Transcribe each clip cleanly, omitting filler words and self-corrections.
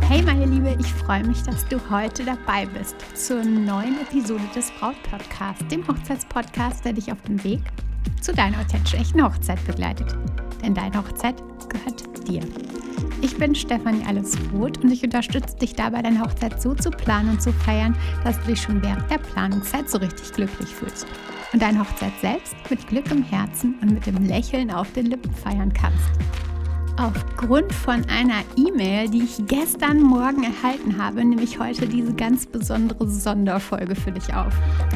Hey meine Liebe, ich freue mich, dass du heute dabei bist zur neuen Episode des Braut-Podcasts, dem Hochzeitspodcast, der dich auf dem Weg zu deiner authentisch echten Hochzeit begleitet. Denn deine Hochzeit gehört dir. Ich bin Stefanie Allesroth und ich unterstütze dich dabei, deine Hochzeit so zu planen und zu feiern, dass du dich schon während der Planungszeit so richtig glücklich fühlst. Und deine Hochzeit selbst mit Glück im Herzen und mit dem Lächeln auf den Lippen feiern kannst. Aufgrund von einer E-Mail, die ich gestern Morgen erhalten habe, nehme ich heute diese ganz besondere Sonderfolge für dich auf.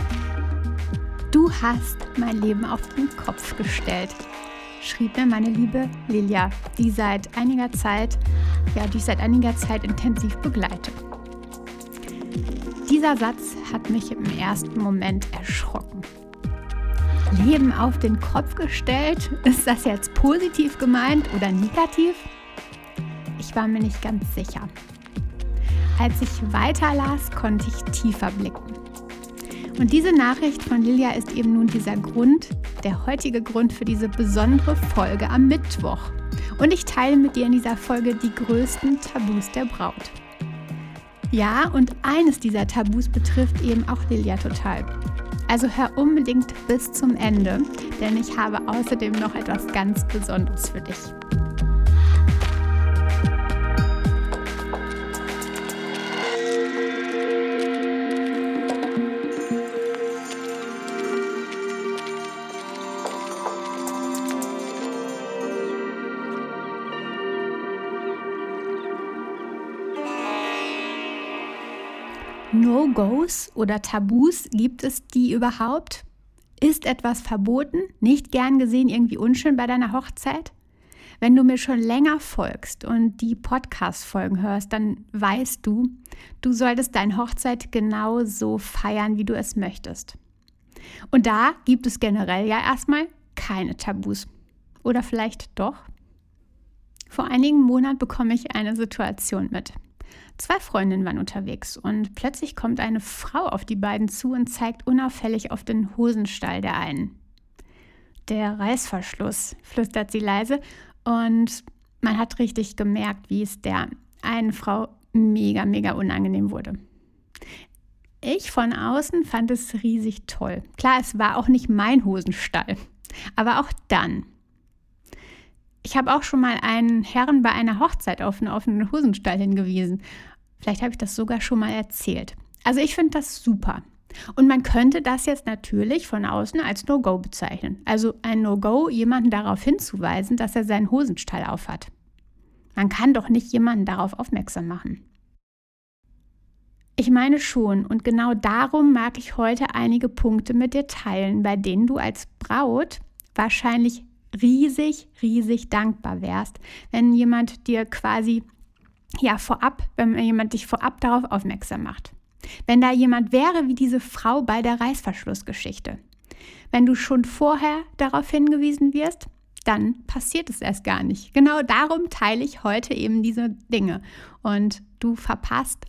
Du hast mein Leben auf den Kopf gestellt, schrieb mir meine liebe Lilia, die ich seit einiger Zeit intensiv begleite. Dieser Satz hat mich im ersten Moment erschrocken. Leben auf den Kopf gestellt? Ist das jetzt positiv gemeint oder negativ? Ich war mir nicht ganz sicher. Als ich weiterlas, konnte ich tiefer blicken. Und diese Nachricht von Lilia ist eben nun der heutige Grund für diese besondere Folge am Mittwoch. Und ich teile mit dir in dieser Folge die größten Tabus der Braut. Ja, und eines dieser Tabus betrifft eben auch Lilia total. Also hör unbedingt bis zum Ende, denn ich habe außerdem noch etwas ganz Besonderes für dich. No-Gos oder Tabus, gibt es die überhaupt? Ist etwas verboten, nicht gern gesehen, irgendwie unschön bei deiner Hochzeit? Wenn du mir schon länger folgst und die Podcast-Folgen hörst, dann weißt du, du solltest deine Hochzeit genau so feiern, wie du es möchtest. Und da gibt es generell ja erstmal keine Tabus. Oder vielleicht doch? Vor einigen Monaten bekomme ich eine Situation mit. 2 Freundinnen waren unterwegs und plötzlich kommt eine Frau auf die beiden zu und zeigt unauffällig auf den Hosenstall der einen. Der Reißverschluss, flüstert sie leise, und man hat richtig gemerkt, wie es der einen Frau mega, mega unangenehm wurde. Ich von außen fand es riesig toll. Klar, es war auch nicht mein Hosenstall, aber auch dann. Ich habe auch schon mal einen Herrn bei einer Hochzeit auf einen offenen Hosenstall hingewiesen. Vielleicht habe ich das sogar schon mal erzählt. Also ich finde das super. Und man könnte das jetzt natürlich von außen als No-Go bezeichnen. Also ein No-Go, jemanden darauf hinzuweisen, dass er seinen Hosenstall aufhat. Man kann doch nicht jemanden darauf aufmerksam machen. Ich meine schon, und genau darum mag ich heute einige Punkte mit dir teilen, bei denen du als Braut wahrscheinlich riesig, riesig dankbar wärst, wenn jemand dir wenn jemand dich vorab darauf aufmerksam macht. Wenn da jemand wäre wie diese Frau bei der Reißverschlussgeschichte. Wenn du schon vorher darauf hingewiesen wirst, dann passiert es erst gar nicht. Genau darum teile ich heute eben diese Dinge. Und du vermeidest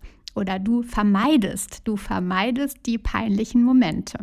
die peinlichen Momente.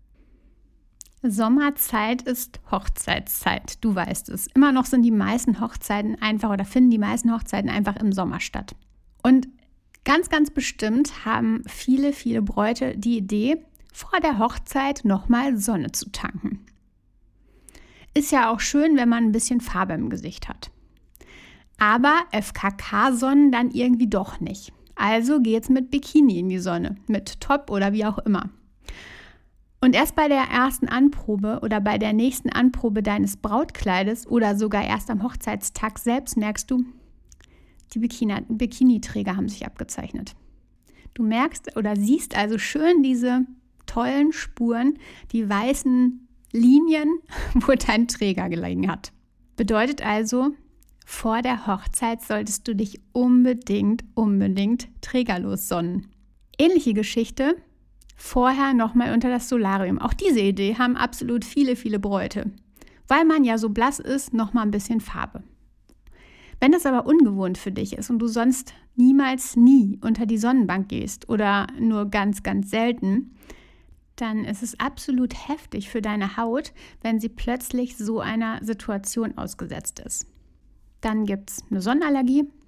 Sommerzeit ist Hochzeitszeit, du weißt es. Immer noch finden die meisten Hochzeiten einfach im Sommer statt. Und ganz, ganz bestimmt haben viele, viele Bräute die Idee, vor der Hochzeit nochmal Sonne zu tanken. Ist ja auch schön, wenn man ein bisschen Farbe im Gesicht hat. Aber FKK-Sonnen dann irgendwie doch nicht. Also geht's mit Bikini in die Sonne, mit Top oder wie auch immer. Und erst bei der ersten Anprobe oder bei der nächsten Anprobe deines Brautkleides oder sogar erst am Hochzeitstag selbst merkst du, die Bikiniträger haben sich abgezeichnet. Du merkst oder siehst also schön diese tollen Spuren, die weißen Linien, wo dein Träger gelegen hat. Bedeutet also, vor der Hochzeit solltest du dich unbedingt trägerlos sonnen. Ähnliche Geschichte. Vorher nochmal unter das Solarium. Auch diese Idee haben absolut viele, viele Bräute. Weil man ja so blass ist, nochmal ein bisschen Farbe. Wenn das aber ungewohnt für dich ist und du sonst nie unter die Sonnenbank gehst oder nur ganz, ganz selten, dann ist es absolut heftig für deine Haut, wenn sie plötzlich so einer Situation ausgesetzt ist. Dann gibt es eine Sonnenallergie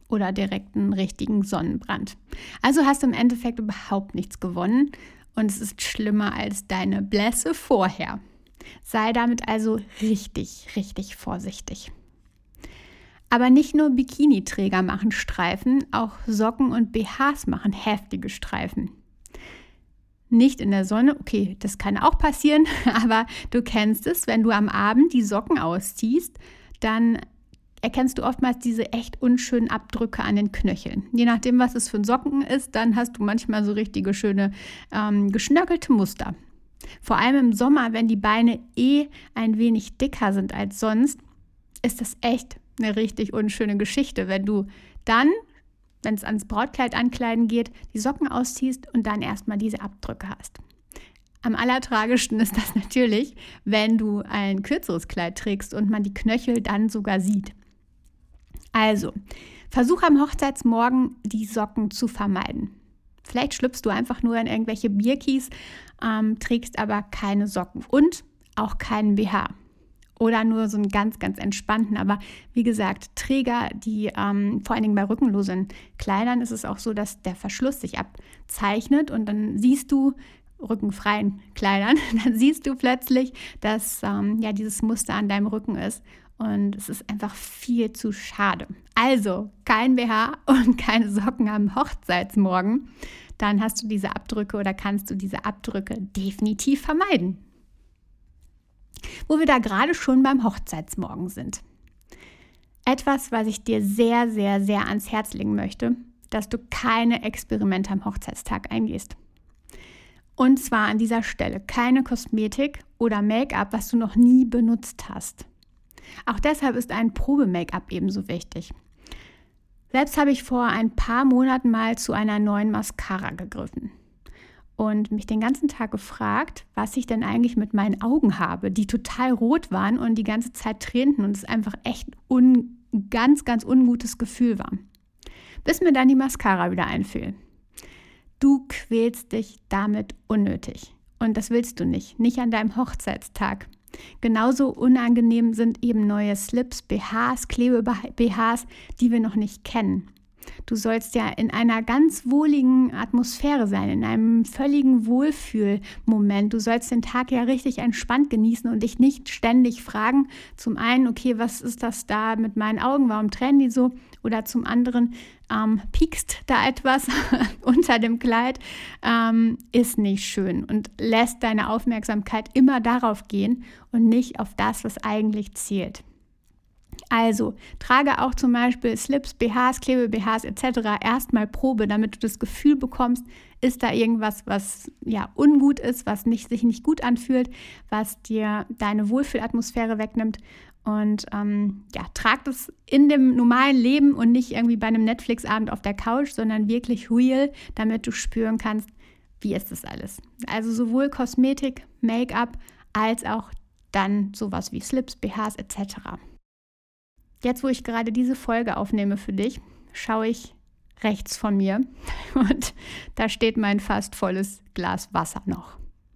oder direkt einen richtigen Sonnenbrand. Also hast du im Endeffekt überhaupt nichts gewonnen und es ist schlimmer als deine Blässe vorher. Sei damit also richtig, richtig vorsichtig. Aber nicht nur Bikiniträger machen Streifen, auch Socken und BHs machen heftige Streifen. Nicht in der Sonne, okay, das kann auch passieren, aber du kennst es, wenn du am Abend die Socken ausziehst, dann erkennst du oftmals diese echt unschönen Abdrücke an den Knöcheln. Je nachdem, was es für ein Socken ist, dann hast du manchmal so richtige schöne geschnörkelte Muster. Vor allem im Sommer, wenn die Beine ein wenig dicker sind als sonst, ist das echt eine richtig unschöne Geschichte, wenn du dann, wenn es ans Brautkleid ankleiden geht, die Socken ausziehst und dann erstmal diese Abdrücke hast. Am allertragischsten ist das natürlich, wenn du ein kürzeres Kleid trägst und man die Knöchel dann sogar sieht. Also, versuch am Hochzeitsmorgen die Socken zu vermeiden. Vielleicht schlüpfst du einfach nur in irgendwelche Birkis, trägst aber keine Socken und auch keinen BH. Oder nur so einen ganz, ganz entspannten. Aber wie gesagt, Träger, die vor allen Dingen bei rückenlosen Kleidern ist es auch so, dass der Verschluss sich abzeichnet und dann siehst du, rückenfreien Kleidern, dann siehst du plötzlich, dass dieses Muster an deinem Rücken ist. Und es ist einfach viel zu schade. Also kein BH und keine Socken am Hochzeitsmorgen. Dann hast du diese Abdrücke oder kannst du diese Abdrücke definitiv vermeiden. Wo wir da gerade schon beim Hochzeitsmorgen sind. Etwas, was ich dir sehr, sehr, sehr ans Herz legen möchte, dass du keine Experimente am Hochzeitstag eingehst. Und zwar an dieser Stelle keine Kosmetik oder Make-up, was du noch nie benutzt hast. Auch deshalb ist ein Probe-Make-up ebenso wichtig. Selbst habe ich vor ein paar Monaten mal zu einer neuen Mascara gegriffen und mich den ganzen Tag gefragt, was ich denn eigentlich mit meinen Augen habe, die total rot waren und die ganze Zeit tränten und es einfach echt ganz, ganz ungutes Gefühl war. Bis mir dann die Mascara wieder einfiel. Du quälst dich damit unnötig und das willst du nicht an deinem Hochzeitstag. Genauso unangenehm sind eben neue Slips, BHs, Klebe-BHs, die wir noch nicht kennen. Du sollst ja in einer ganz wohligen Atmosphäre sein, in einem völligen Wohlfühlmoment. Du sollst den Tag ja richtig entspannt genießen und dich nicht ständig fragen, zum einen, okay, was ist das da mit meinen Augen, warum tränen die so? Oder zum anderen, piekst da etwas unter dem Kleid, ist nicht schön und lässt deine Aufmerksamkeit immer darauf gehen und nicht auf das, was eigentlich zählt. Also trage auch zum Beispiel Slips, BHs, Klebe-BHs etc. erstmal Probe, damit du das Gefühl bekommst, ist da irgendwas, was ungut ist, was sich nicht gut anfühlt, was dir deine Wohlfühlatmosphäre wegnimmt. Und trag das in dem normalen Leben und nicht irgendwie bei einem Netflix-Abend auf der Couch, sondern wirklich real, damit du spüren kannst, wie ist das alles. Also sowohl Kosmetik, Make-up als auch dann sowas wie Slips, BHs etc. Jetzt, wo ich gerade diese Folge aufnehme für dich, schaue ich rechts von mir und da steht mein fast volles Glas Wasser noch.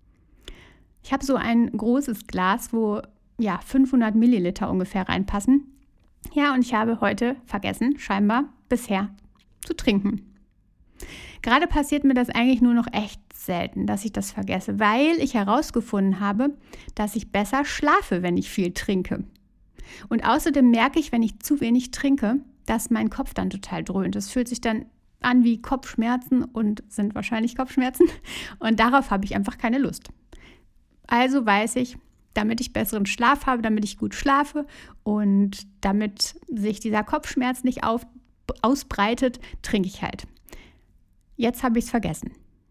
Ich habe so ein großes Glas, wo 500 Milliliter ungefähr reinpassen. Ja, und ich habe heute vergessen, scheinbar bisher zu trinken. Gerade passiert mir das eigentlich nur noch echt selten, dass ich das vergesse, weil ich herausgefunden habe, dass ich besser schlafe, wenn ich viel trinke. Und außerdem merke ich, wenn ich zu wenig trinke, dass mein Kopf dann total dröhnt. Es fühlt sich dann an wie Kopfschmerzen und sind wahrscheinlich Kopfschmerzen. Und darauf habe ich einfach keine Lust. Also weiß ich, damit ich besseren Schlaf habe, damit ich gut schlafe und damit sich dieser Kopfschmerz nicht ausbreitet, trinke ich halt. Jetzt habe ich es vergessen.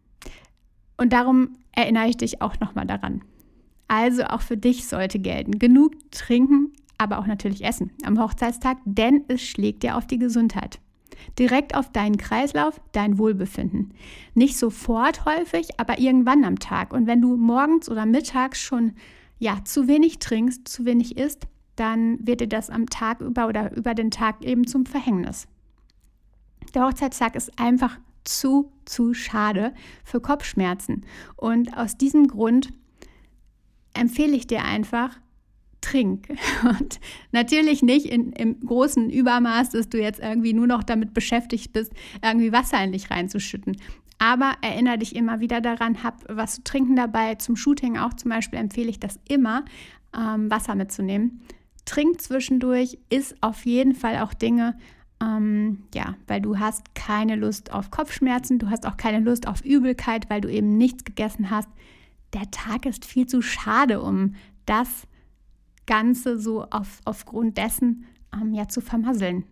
Und darum erinnere ich dich auch nochmal daran. Also auch für dich sollte gelten, genug trinken, aber auch natürlich essen am Hochzeitstag, denn es schlägt dir auf die Gesundheit. Direkt auf deinen Kreislauf, dein Wohlbefinden. Nicht sofort häufig, aber irgendwann am Tag. Und wenn du morgens oder mittags schon zu wenig trinkst, zu wenig isst, dann wird dir das am Tag über den Tag eben zum Verhängnis. Der Hochzeitstag ist einfach zu schade für Kopfschmerzen. Und aus diesem Grund empfehle ich dir einfach, trink. Und natürlich nicht im großen Übermaß, dass du jetzt irgendwie nur noch damit beschäftigt bist, irgendwie Wasser in dich reinzuschütten. Aber erinnere dich immer wieder daran, hab was zu trinken dabei. Zum Shooting auch zum Beispiel empfehle ich das immer, Wasser mitzunehmen. Trink zwischendurch, iss auf jeden Fall auch Dinge, weil du hast keine Lust auf Kopfschmerzen, du hast auch keine Lust auf Übelkeit, weil du eben nichts gegessen hast. Der Tag ist viel zu schade, um das Ganze so aufgrund dessen zu vermasseln.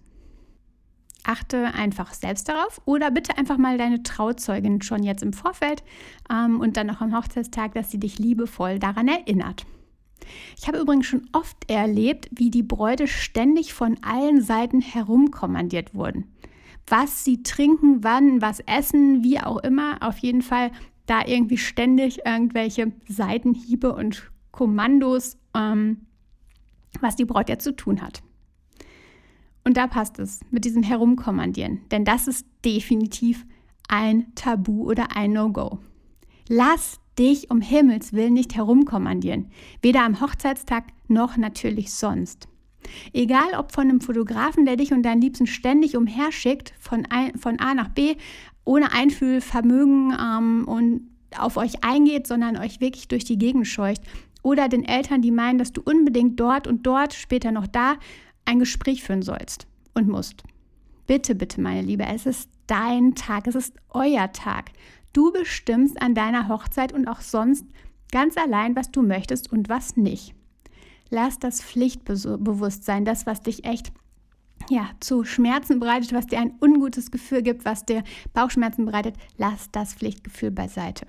Achte einfach selbst darauf oder bitte einfach mal deine Trauzeugin schon jetzt im Vorfeld und dann auch am Hochzeitstag, dass sie dich liebevoll daran erinnert. Ich habe übrigens schon oft erlebt, wie die Bräute ständig von allen Seiten herumkommandiert wurden. Was sie trinken, wann, was essen, wie auch immer. Auf jeden Fall da irgendwie ständig irgendwelche Seitenhiebe und Kommandos, was die Braut jetzt zu tun hat. Und da passt es mit diesem Herumkommandieren, denn das ist definitiv ein Tabu oder ein No-Go. Lass dich um Himmels Willen nicht herumkommandieren, weder am Hochzeitstag noch natürlich sonst. Egal ob von einem Fotografen, der dich und deinen Liebsten ständig umherschickt, von A nach B, ohne Einfühlvermögen und auf euch eingeht, sondern euch wirklich durch die Gegend scheucht. Oder den Eltern, die meinen, dass du unbedingt dort und dort, später noch da, ein Gespräch führen sollst und musst. Bitte, bitte, meine Liebe, es ist dein Tag, es ist euer Tag. Du bestimmst an deiner Hochzeit und auch sonst ganz allein, was du möchtest und was nicht. Lass das Pflichtbewusstsein, das, was dich echt zu Schmerzen bereitet, was dir ein ungutes Gefühl gibt, was dir Bauchschmerzen bereitet, lass das Pflichtgefühl beiseite.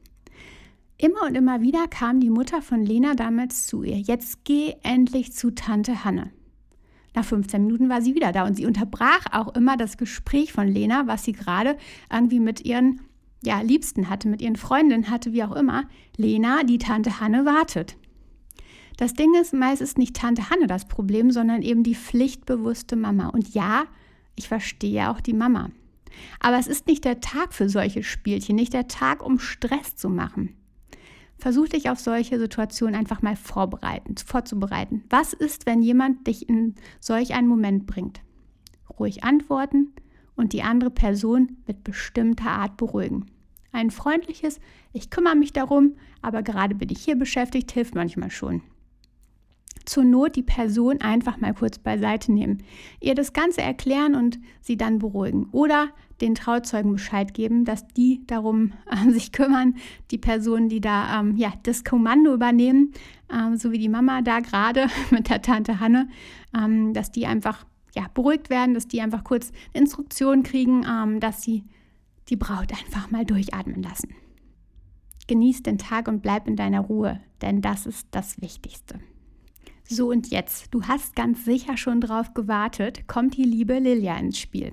Immer und immer wieder kam die Mutter von Lena damals zu ihr. Jetzt geh endlich zu Tante Hanne. Nach 15 Minuten war sie wieder da und sie unterbrach auch immer das Gespräch von Lena, was sie gerade irgendwie mit ihren Liebsten hatte, mit ihren Freundinnen hatte, wie auch immer. Lena, die Tante Hanne, wartet. Das Ding ist, meist ist nicht Tante Hanne das Problem, sondern eben die pflichtbewusste Mama. Und ja, ich verstehe auch die Mama. Aber es ist nicht der Tag für solche Spielchen, nicht der Tag, um Stress zu machen. Versuch dich auf solche Situationen einfach mal vorzubereiten. Was ist, wenn jemand dich in solch einen Moment bringt? Ruhig antworten und die andere Person mit bestimmter Art beruhigen. Ein freundliches, ich kümmere mich darum, aber gerade bin ich hier beschäftigt, hilft manchmal schon. Zur Not die Person einfach mal kurz beiseite nehmen, ihr das Ganze erklären und sie dann beruhigen. Oder den Trauzeugen Bescheid geben, dass die darum sich kümmern, die Personen, die da das Kommando übernehmen, so wie die Mama da gerade mit der Tante Hanne, dass die einfach beruhigt werden, dass die einfach kurz Instruktionen kriegen, dass sie die Braut einfach mal durchatmen lassen. Genieß den Tag und bleib in deiner Ruhe, denn das ist das Wichtigste. So und jetzt, du hast ganz sicher schon drauf gewartet, kommt die liebe Lilja ins Spiel.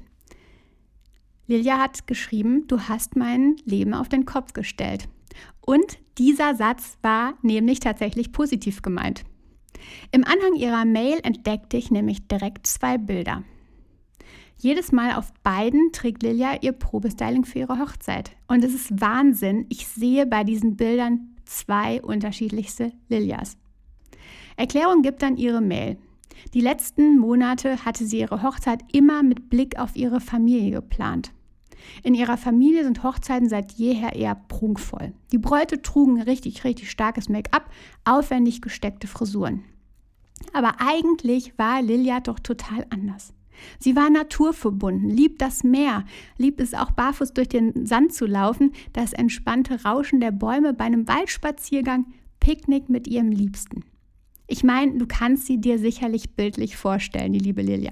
Lilja hat geschrieben, du hast mein Leben auf den Kopf gestellt. Und dieser Satz war nämlich tatsächlich positiv gemeint. Im Anhang ihrer Mail entdeckte ich nämlich direkt 2 Bilder. Jedes Mal auf beiden trägt Lilja ihr Probestyling für ihre Hochzeit. Und es ist Wahnsinn, ich sehe bei diesen Bildern 2 unterschiedlichste Liljas. Erklärung gibt dann ihre Mail. Die letzten Monate hatte sie ihre Hochzeit immer mit Blick auf ihre Familie geplant. In ihrer Familie sind Hochzeiten seit jeher eher prunkvoll. Die Bräute trugen richtig starkes Make-up, aufwendig gesteckte Frisuren. Aber eigentlich war Lilja doch total anders. Sie war naturverbunden, liebt das Meer, liebt es auch barfuß durch den Sand zu laufen, das entspannte Rauschen der Bäume bei einem Waldspaziergang, Picknick mit ihrem Liebsten. Ich meine, du kannst sie dir sicherlich bildlich vorstellen, die liebe Lilja.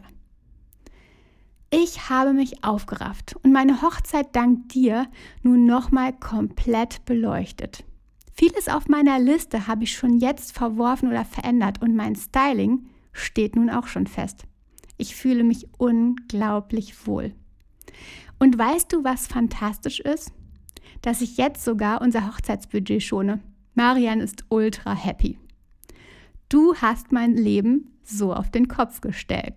Ich habe mich aufgerafft und meine Hochzeit dank dir nun nochmal komplett beleuchtet. Vieles auf meiner Liste habe ich schon jetzt verworfen oder verändert und mein Styling steht nun auch schon fest. Ich fühle mich unglaublich wohl. Und weißt du, was fantastisch ist? Dass ich jetzt sogar unser Hochzeitsbudget schone. Marian ist ultra happy. Du hast mein Leben so auf den Kopf gestellt.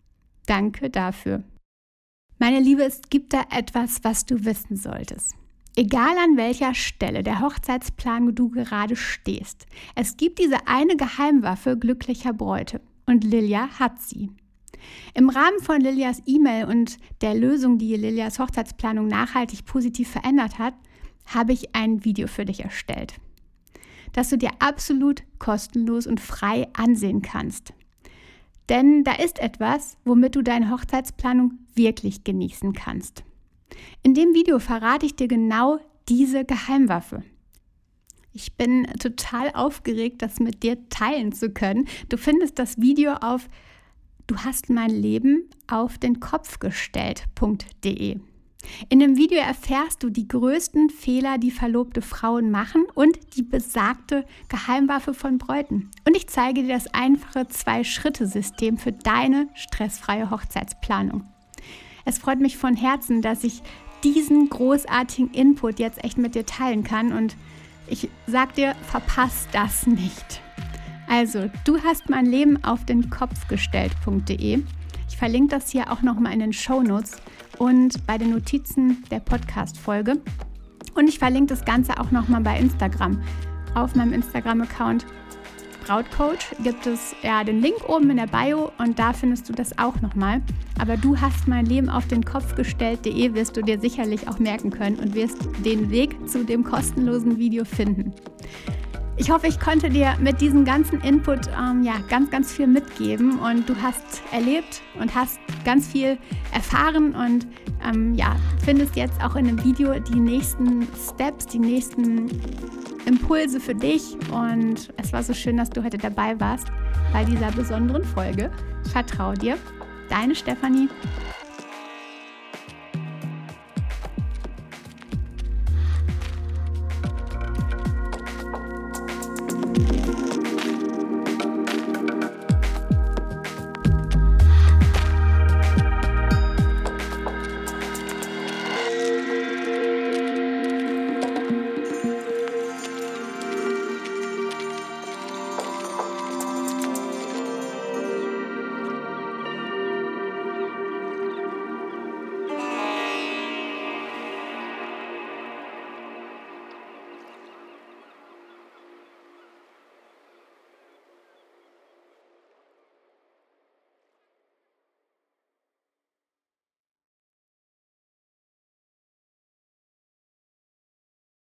Danke dafür. Meine Liebe, es gibt da etwas, was du wissen solltest. Egal an welcher Stelle der Hochzeitsplanung du gerade stehst, es gibt diese eine Geheimwaffe glücklicher Bräute und Lilia hat sie. Im Rahmen von Lilias E-Mail und der Lösung, die Lilias Hochzeitsplanung nachhaltig positiv verändert hat, habe ich ein Video für dich erstellt, das du dir absolut kostenlos und frei ansehen kannst. Denn da ist etwas, womit du deine Hochzeitsplanung wirklich genießen kannst. In dem Video verrate ich dir genau diese Geheimwaffe. Ich bin total aufgeregt, das mit dir teilen zu können. Du findest das Video auf duhastmeinleben-auf-den-Kopf-gestellt.de. In dem Video erfährst du die größten Fehler, die verlobte Frauen machen und die besagte Geheimwaffe von Bräuten. Und ich zeige dir das einfache 2-Schritte-System für deine stressfreie Hochzeitsplanung. Es freut mich von Herzen, dass ich diesen großartigen Input jetzt echt mit dir teilen kann und ich sag dir, verpass das nicht. Also, du hast mein Leben auf den Kopf gestellt.de. Ich verlinke das hier auch nochmal in den Shownotes und bei den Notizen der Podcast-Folge. Und ich verlinke das Ganze auch nochmal bei Instagram. Auf meinem Instagram-Account Brautcoach gibt es den Link oben in der Bio und da findest du das auch nochmal. Aber du hast mein Leben auf den Kopf gestellt.de wirst du dir sicherlich auch merken können und wirst den Weg zu dem kostenlosen Video finden. Ich hoffe, ich konnte dir mit diesem ganzen Input ganz, ganz viel mitgeben und du hast erlebt und hast ganz viel erfahren und findest jetzt auch in dem Video die nächsten Steps, die nächsten Impulse für dich und es war so schön, dass du heute dabei warst bei dieser besonderen Folge. Vertrau dir, deine Stefanie.